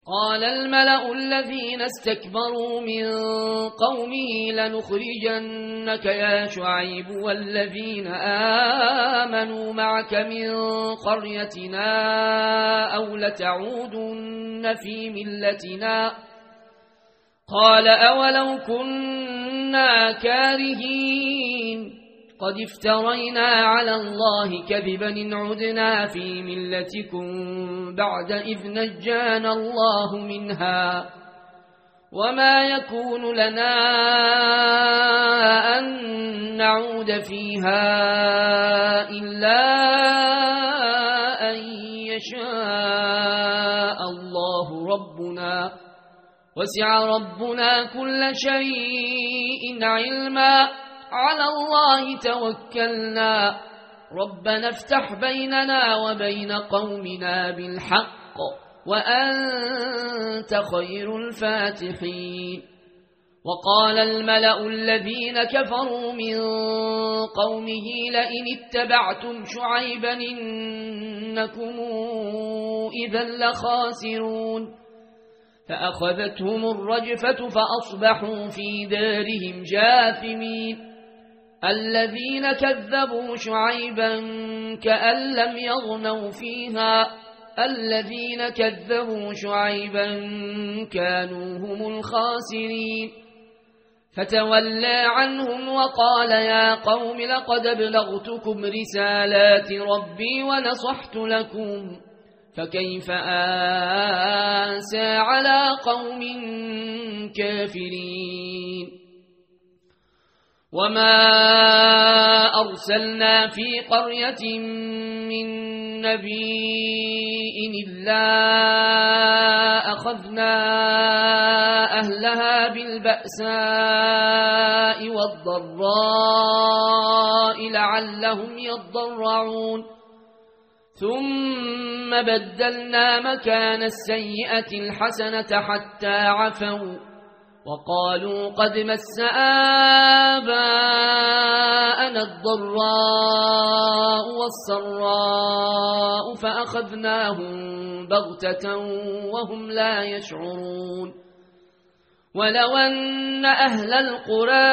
قال الملأ الذين استكبروا من قومه لنخرجنك يا شعيب والذين آمنوا معك من قريتنا أو لتعودن في ملتنا قال أولو كنا كارهين قد افترينا على الله كذبا إن عدنا في ملتكم بعد إذ نجانا الله منها وما يكون لنا أن نعود فيها إلا أن يشاء الله ربنا وسع ربنا كل شيء علما على الله توكلنا ربنا افتح بيننا وبين قومنا بالحق وأنت خير الفاتحين وقال الملأ الذين كفروا من قومه لئن اتبعتم شعيبا إنكم إذا لخاسرون فأخذتهم الرجفة فأصبحوا في دارهم جاثمين الذين كذبوا شعيبا كأن لم يغنوا فيها الذين كذبوا شعيبا كانوا هم الخاسرين فتولى عنهم وقال يا قوم لقد أبلغتكم رسالات ربي ونصحت لكم فكيف آسى على قوم كافرين وما أرسلنا في قرية من نبي إلا أخذنا أهلها بالبأساء والضراء لعلهم يضرعون ثم بدلنا مكان السيئة الحسنة حتى عفوا وقالوا قد مس آباءنا الضراء والسراء فأخذناهم بغتة وهم لا يشعرون ولو أن أهل القرى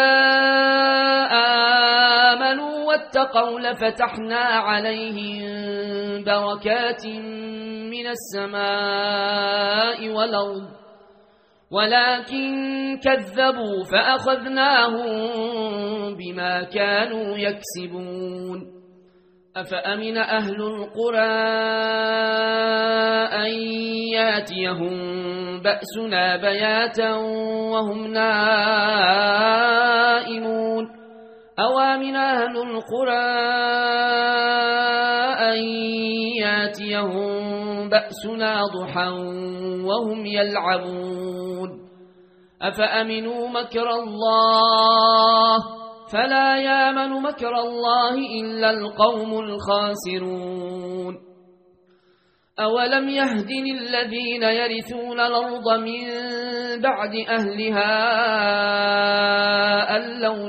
آمنوا واتقوا لفتحنا عليهم بركات من السماء والأرض ولكن كذبوا فأخذناهم بما كانوا يكسبون أفأمن أهل القرى أن ياتيهم بأسنا بياتا وهم نائمون أوامن أهل القرى أن ياتيهم بأسنا ضحى وهم يلعبون أفأمنوا مكر الله فلا يامن مكر الله إلا القوم الخاسرون أولم يهد للذين يرثون الأرض من بعد أهلها أن لو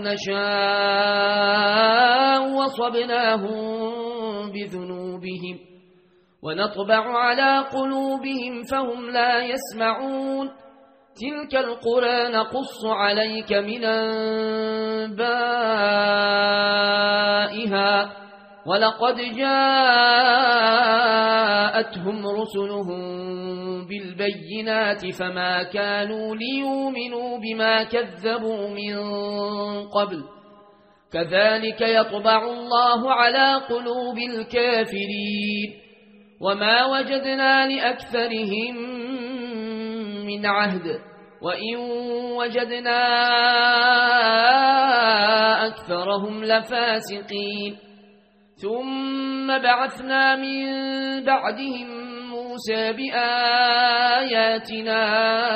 نشاء وصبناهم بذنوبهم ونطبع على قلوبهم فهم لا يسمعون تلك القرى نقص عليك من أنبائها ولقد جاءتهم رسلهم بالبينات فما كانوا ليؤمنوا بما كذبوا من قبل كذلك يطبع الله على قلوب الكافرين وما وجدنا لأكثرهم من عهد وإن وجدنا أكثرهم لفاسقين ثم بعثنا من بعدهم موسى بآياتنا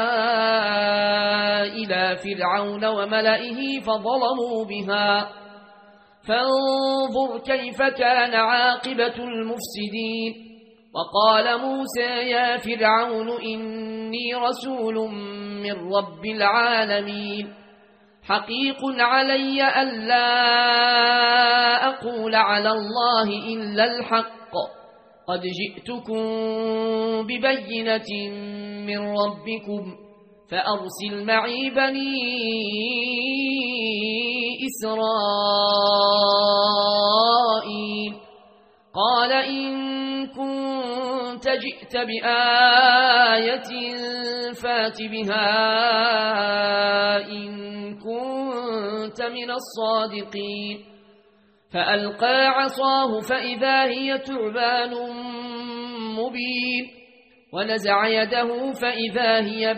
إلى فرعون وملئه فظلموا بها فانظر كيف كان عاقبة المفسدين وقال موسى يا فرعون إني رسول من رب العالمين حقيق علي ألا أقول على الله إلا الحق قد جئتكم ببينة من ربكم فأرسل معي بني إسرائيل. قال إن كنت جئت بآية فات بها إن كنت من الصادقين. فألقى عصاه فإذا هي ثعبان مبين ونزع يده فإذا هي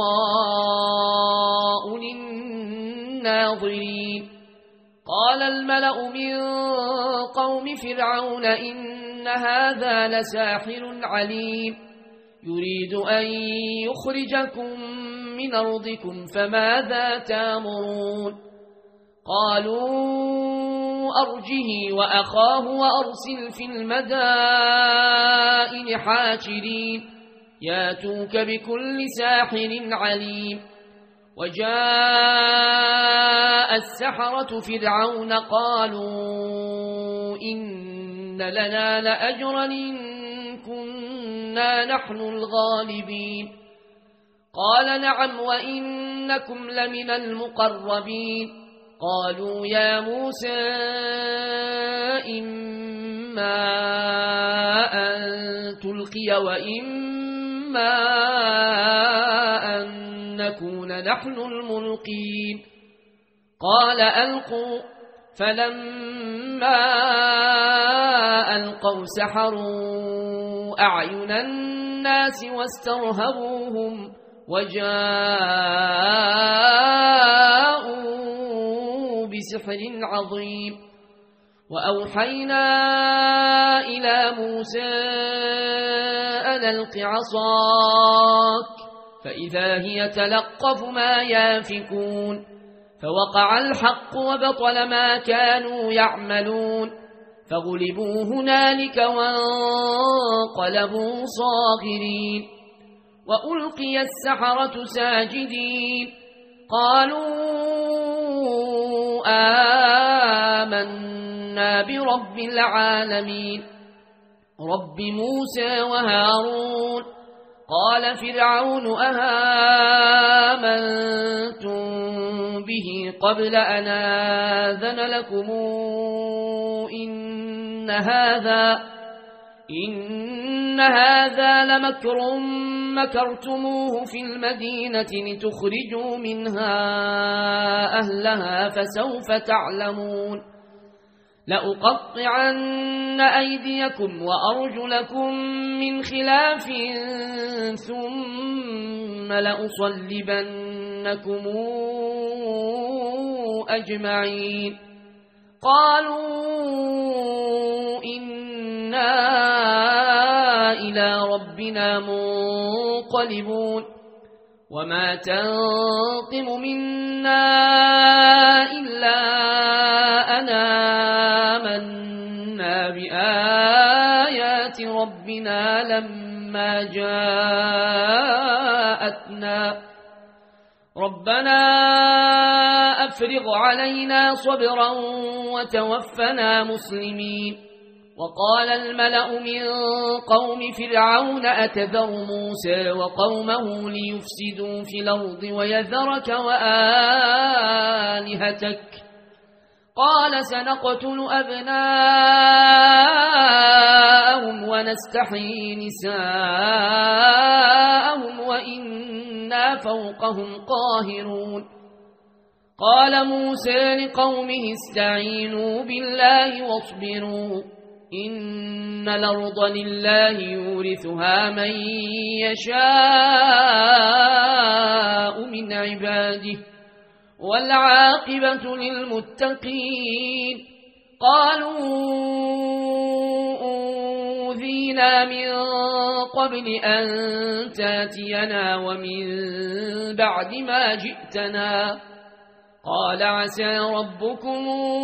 بيضاء للناظرين. قال الملأ من قوم فرعون إن هذا لساحر عليم يريد أن يخرجكم من أرضكم فماذا تأمرون؟ قالوا أرجه وأخاه وأرسل في المدائن حاشرين ياتوك بكل ساحر عليم. وجاء السحرة فرعون قالوا إن لنا لأجرا إن كنا نحن الغالبين. قال نعم وإنكم لمن المقربين. قالوا يا موسى إما أن تلقي وإما أن نكون نحن الملقين. قال ألقوا. فلما ألقوا سحروا أعين الناس واسترهبوهم وجاءوا بسحر عظيم. وأوحينا إلى موسى أن ألق عصاك فإذا هي تلقف ما يافكون. فوقع الحق وبطل ما كانوا يعملون فغلبوا هنالك وانقلبوا صاغرين. وألقي السحرة ساجدين قالوا آمنا برب العالمين رب موسى وهارون. قال فرعون أهامنتم به قبل أن آذن لكم إن هذا لمكر مكرتموه في المدينة لتخرجوا منها أهلها فسوف تعلمون. لأقطعن أيديكم وأرجلكم من خلاف ثم لأصلبنكم أجمعين. قالوا إنا إلى ربنا منقلبون. وما تنقم منا إلا أن آمنا بآيات ربنا لما جاءتنا ربنا أفرغ علينا صبرا وتوفنا مسلمين. وقال الملأ من قوم فرعون أتذر موسى وقومه ليفسدوا في الأرض ويذرك وآلهتك قال سنقتل أبناءهم ونستحيي نساءهم وإنا فوقهم قاهرون. قال موسى لقومه استعينوا بالله واصبروا إن الأرض لله يورثها من يشاء من عباده والعاقبة للمتقين. قالوا أوذينا من قبل أن تاتينا ومن بعد ما جئتنا قال عسى ربكم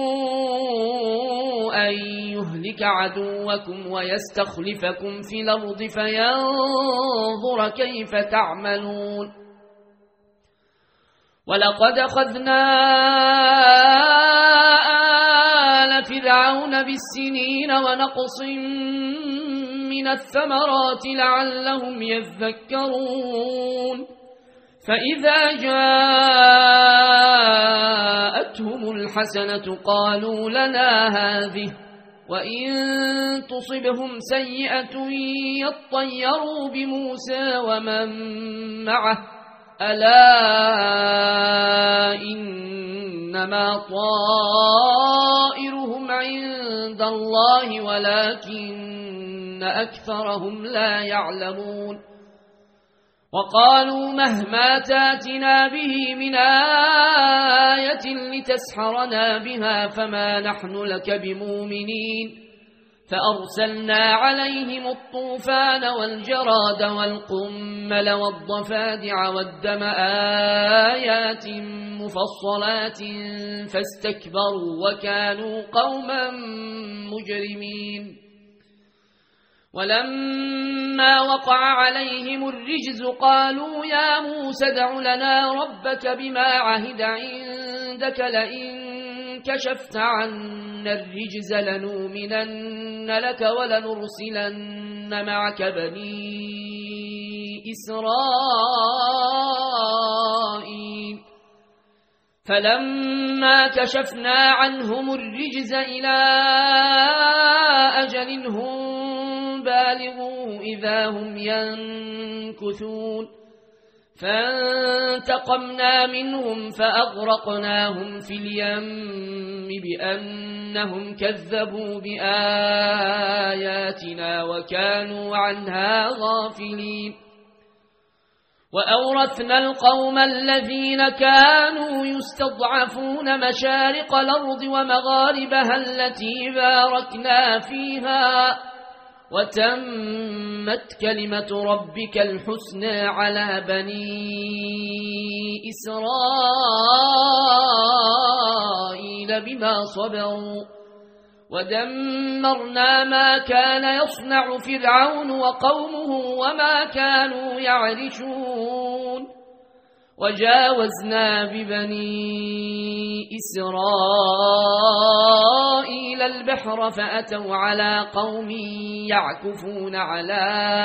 أن يهلك عدوكم ويستخلفكم في الأرض فينظر كيف تعملون. ولقد أخذنا آل فرعون بالسنين ونقص من الثمرات لعلهم يذكرون فإذا جاءتهم الحسنة قالوا لنا هذه وإن تصبهم سيئة يطيروا بموسى ومن معه ألا إنما طائرهم عند الله ولكن أكثرهم لا يعلمون وقالوا مهما تاتنا به من آية لتسحرنا بها فما نحن لك بمؤمنين فأرسلنا عليهم الطوفان والجراد والقمل والضفادع والدم آيات مفصلات فاستكبروا وكانوا قوما مجرمين ولما وقع عليهم الرجز قالوا يا موسى ادع لنا ربك بما عهد عندك لئن كشفت عنا الرجز لنؤمنن لك ولنرسلن معك بني إسرائيل فلما كشفنا عنهم الرجز إلى أجل هم بالغوه إذا هم ينكثون فانتقمنا منهم فأغرقناهم في اليم بأنهم كذبوا بآياتنا وكانوا عنها غافلين وأورثنا القوم الذين كانوا يستضعفون مشارق الأرض ومغاربها التي باركنا فيها وتمت كلمة ربك الحسنى على بني إسرائيل بما صبروا ودمرنا ما كان يصنع فرعون وقومه وما كانوا يعرشون وجاوزنا ببني إسرائيل البحر فأتوا على قوم يعكفون على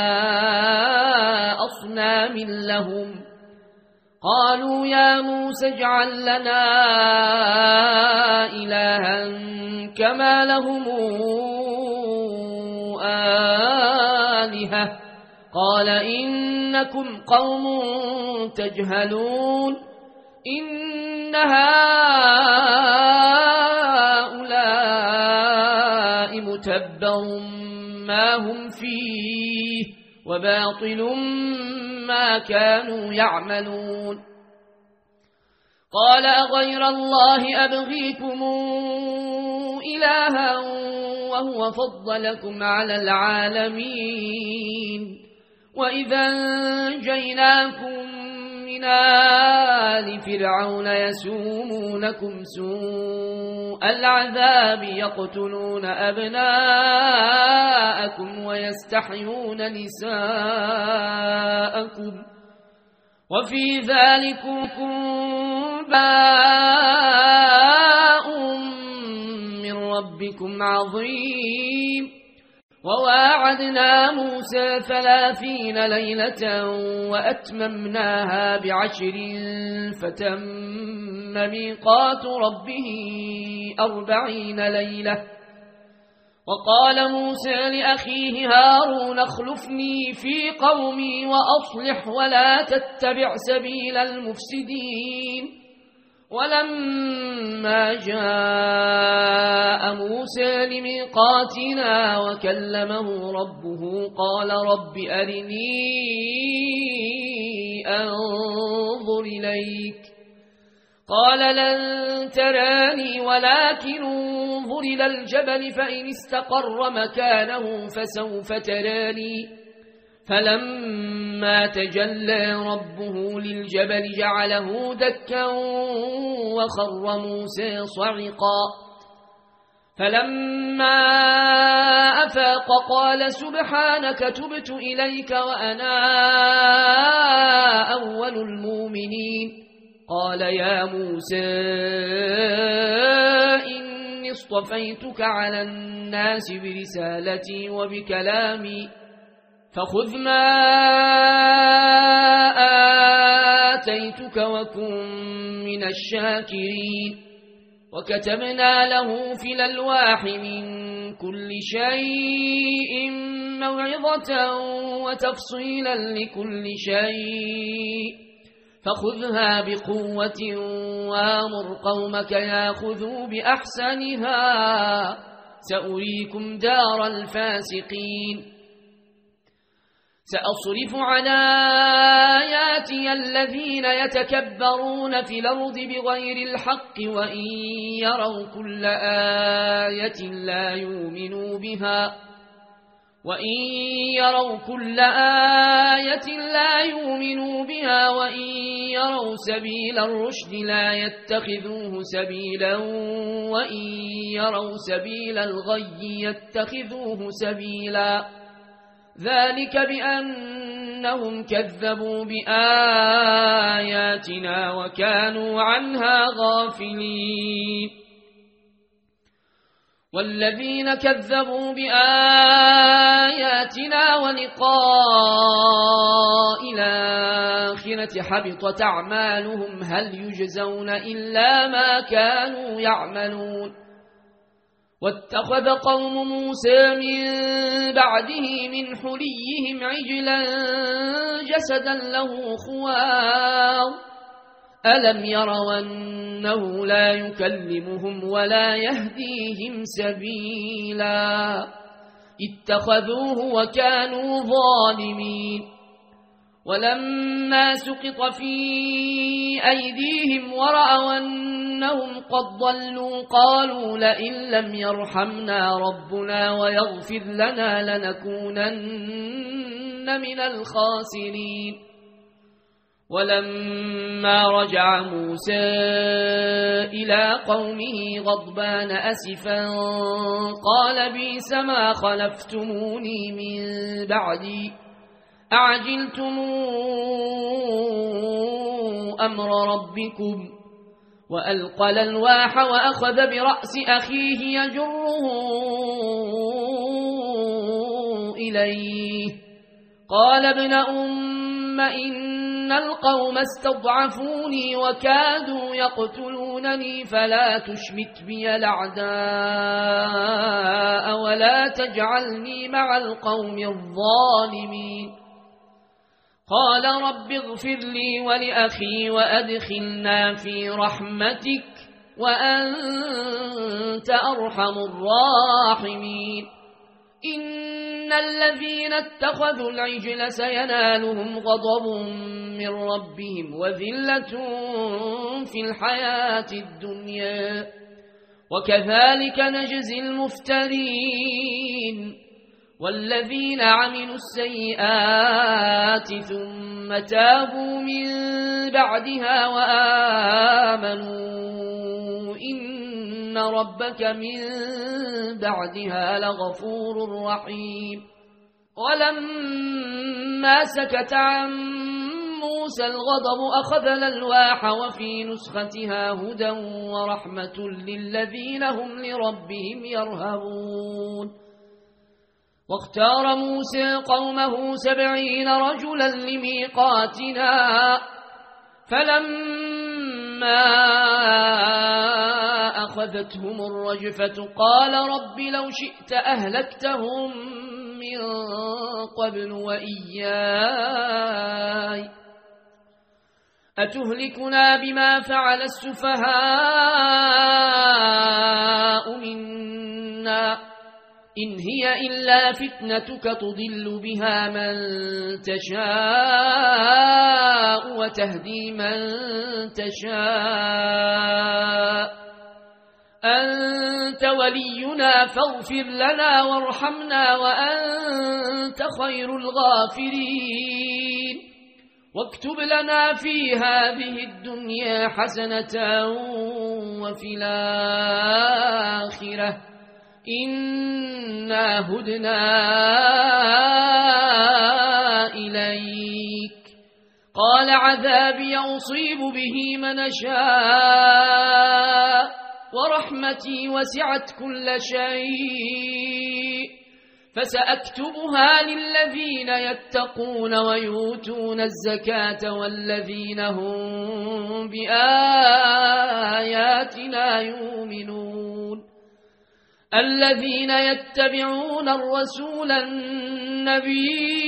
أصنام لهم قالوا يا موسى اجعل لنا إلها كما لهم آلهة قال إنكم قوم تجهلون إن هؤلاء متبر ما هم فيه وباطل ما كانوا يعملون قال أغير الله أبغيكم إلها وهو فضلكم على العالمين وإذا أنجيناكم من آل فرعون يسومونكم سوء العذاب يقتلون أبناءكم ويستحيون نساءكم وفي ذلكم باء من ربكم عظيم وواعدنا موسى 30 ليلة وأتممناها ب10 فتم ميقات ربه 40 ليلة وقال موسى لأخيه هارون اخلفني في قومي وأصلح ولا تتبع سبيل المفسدين ولما جاء موسى لميقاتنا وكلمه ربه قال رب أرني أنظر إليك قال لن تراني ولكن انظر إلى الجبل فإن استقر مكانه فسوف تراني فلما تجلى ربه للجبل جعله دكا وخر موسى صعقا فلما أفاق قال سبحانك تبت إليك وأنا أول المؤمنين قال يا موسى إني اصطفيتك على الناس برسالتي وبكلامي فخذ ما آتيتك وكن من الشاكرين وكتبنا له في الألواح من كل شيء موعظة وتفصيلا لكل شيء فخذها بقوة وامر قومك ياخذوا بأحسنها سأريكم دار الفاسقين سأصرف عن آياتي الذين يتكبرون في الأرض بغير الحق وإن يروا كل آية لا يؤمنوا بها وإن يروا سبيل الرشد لا يتخذوه سبيلا وإن يروا سبيل الغي يتخذوه سبيلا ذلك بأنهم كذبوا بآياتنا وكانوا عنها غافلين والذين كذبوا بآياتنا ولقاء الآخرة حبطت أعمالهم هل يجزون إلا ما كانوا يعملون واتخذ قوم موسى من بعده من حليهم عجلا جسدا له خوار ألم يروا أنه لا يكلمهم ولا يهديهم سبيلا اتخذوه وكانوا ظالمين ولما سقط في أيديهم ورأوا أنهم قد ضلوا قالوا لئن لم يرحمنا ربنا ويغفر لنا لنكونن من الخاسرين ولما رجع موسى إلى قومه غضبان أسفا قال بئس ما خلفتموني من بعدي أعجلتم أمر ربكم وألقى الألواح وأخذ برأس أخيه يجره إليه قال ابن أم إن القوم استضعفوني وكادوا يقتلونني فلا تشمت بي الأعداء ولا تجعلني مع القوم الظالمين قال رب اغفر لي ولأخي وأدخلنا في رحمتك وأنت أرحم الراحمين إن الذين اتخذوا العجل سينالهم غضب من ربهم وذلة في الحياة الدنيا وكذلك نجزي المفترين والذين عملوا السيئات ثم تابوا من بعدها وآمنوا إن ربك من بعدها لغفور رحيم ولما سكت عن موسى الغضب أخذ الألواح وفي نسختها هدى ورحمة للذين هم لربهم يرهبون واختار موسى قومه 70 رجلا لميقاتنا فلما أخذتهم الرجفة قال رب لو شئت أهلكتهم من قبل وإياي أتهلكنا بما فعل السفهاء منا إن هي إلا فتنتك تضل بها من تشاء وتهدي من تشاء أنت ولينا فاغفر لنا وارحمنا وأنت خير الغافرين واكتب لنا في هذه الدنيا حسنة وفي الآخرة إنا هدنا إليك قال عذابي يصيب به من شاء ورحمتي وسعت كل شيء فسأكتبها للذين يتقون ويؤتون الزكاة والذين هم بآياتنا يؤمنون الذين يتبعون الرسول النبي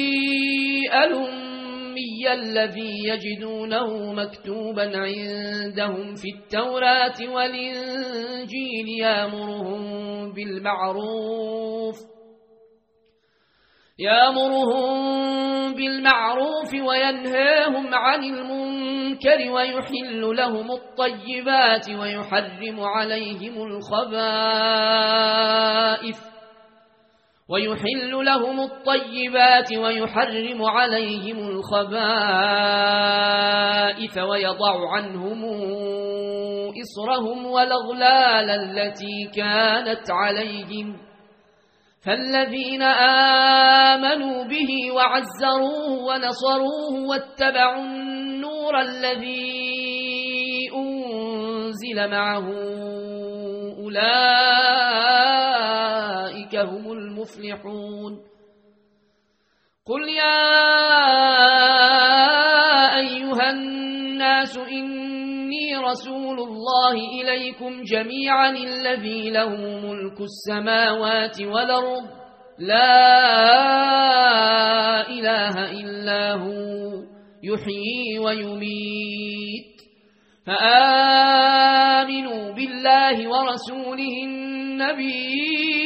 الأمي الذي يجدونه مكتوبا عندهم في التوراة والإنجيل يأمرهم بالمعروف وينهاهم عن المنكر ويحل لهم الطيبات ويحرم عليهم الخبائث ويضع عنهم إصرهم والأغلال التي كانت عليهم فالذين آمنوا به وعزروه ونصروه واتبعوا النور الذي أنزل معه أولئك هم المفلحون قل يا أيها الناس إني رسول الله إليكم جميعا الذي له ملك السماوات والأرض لا إله إلا هو يحيي ويميت فآمنوا بالله ورسوله النبي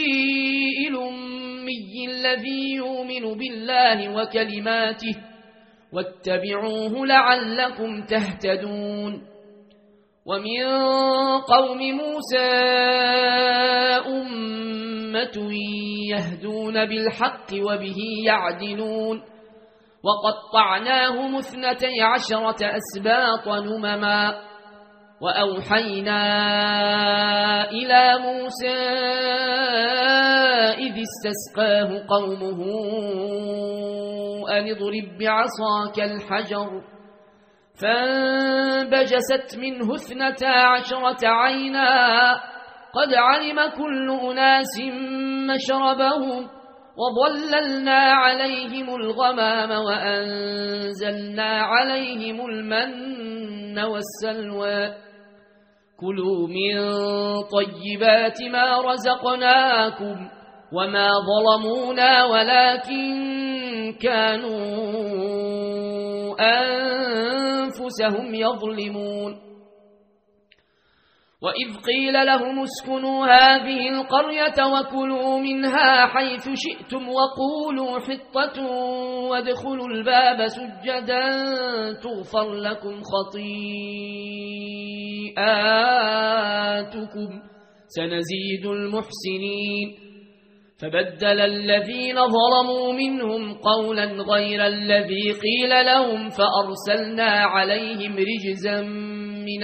الأمي الذي يؤمن بالله وكلماته واتبعوه لعلكم تهتدون ومن قوم موسى أمة يهدون بالحق وبه يعدلون وقطعناهم 12 أسباط نمما وأوحينا إلى موسى إذ استسقاه قومه أن اضرب بعصاك الحجر فانبجست منه 12 عينا قد علم كل أناس مشربهم وظللنا عليهم الغمام وأنزلنا عليهم المن والسلوى كلوا من طيبات ما رزقناكم وما ظلمونا ولكن كانوا أنفسهم يظلمون وإذ قيل لهم اسكنوا هذه القرية وكلوا منها حيث شئتم وقولوا حطة وادخلوا الباب سجدا تغفر لكم خطيئاتكم سنزيد المحسنين فبدل الذين ظلموا منهم قولا غير الذي قيل لهم فأرسلنا عليهم رجزا من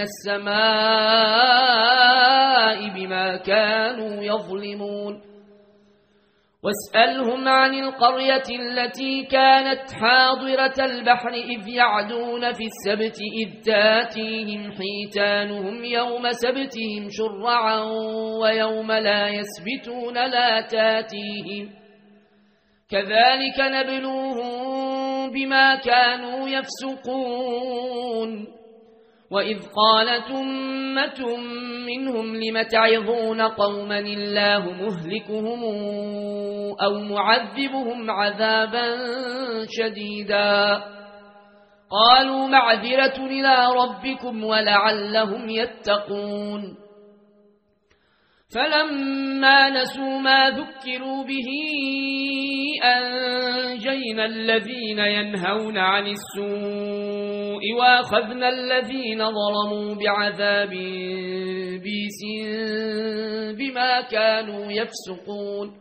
السماء بما كانوا يظلمون واسألهم عن القرية التي كانت حاضرة البحر إذ يعدون في السبت إذ تاتيهم حيتانهم يوم سبتهم شرعا ويوم لا يسبتون لا تاتيهم كذلك نبلوهم بما كانوا يفسقون وإذ قالت أمة منهم لم تعظون قوما الله مهلكهم أو معذبهم عذابا شديدا قالوا معذرة إلى ربكم ولعلهم يتقون فلما نسوا ما ذكروا به أنجينا الذين ينهون عن السوء وأخذنا الذين ظلموا بعذاب بئيس بما كانوا يفسقون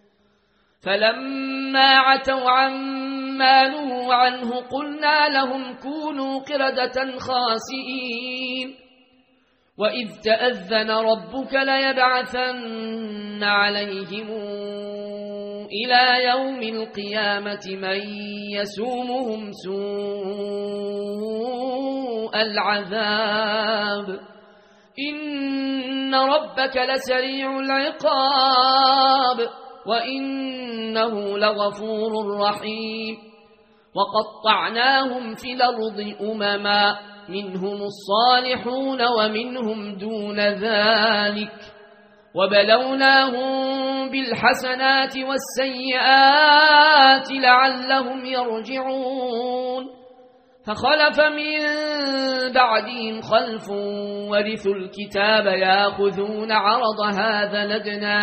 فلما عتوا عما نهوا عنه قلنا لهم كونوا قردة خاسئين وإذ تأذن ربك ليبعثن عليهم إلى يوم القيامة من يسومهم سوء العذاب إن ربك لسريع العقاب وإنه لغفور رحيم وقطعناهم في الأرض أمما منهم الصالحون ومنهم دون ذلك وبلوناهم بالحسنات والسيئات لعلهم يرجعون فخلف من بعدهم خلف ورثوا الكتاب يأخذون عرض هذا لدنا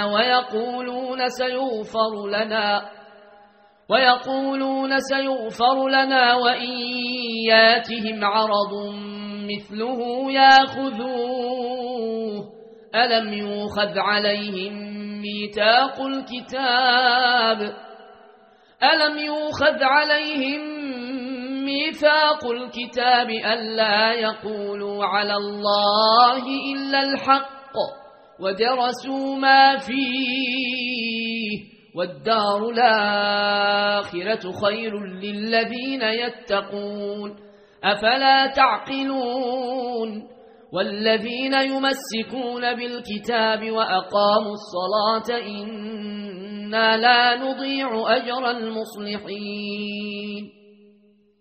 ويقولون سيغفر لنا وإن ياتهم عرض مثله يأخذوه ألم يؤخذ عليهم ميثاق الكتاب ألا يقولوا على الله إلا الحق ودرسوا ما فيه والدار الآخرة خير للذين يتقون أفلا تعقلون والذين يمسكون بالكتاب وأقاموا الصلاة إنا لا نضيع أجر المصلحين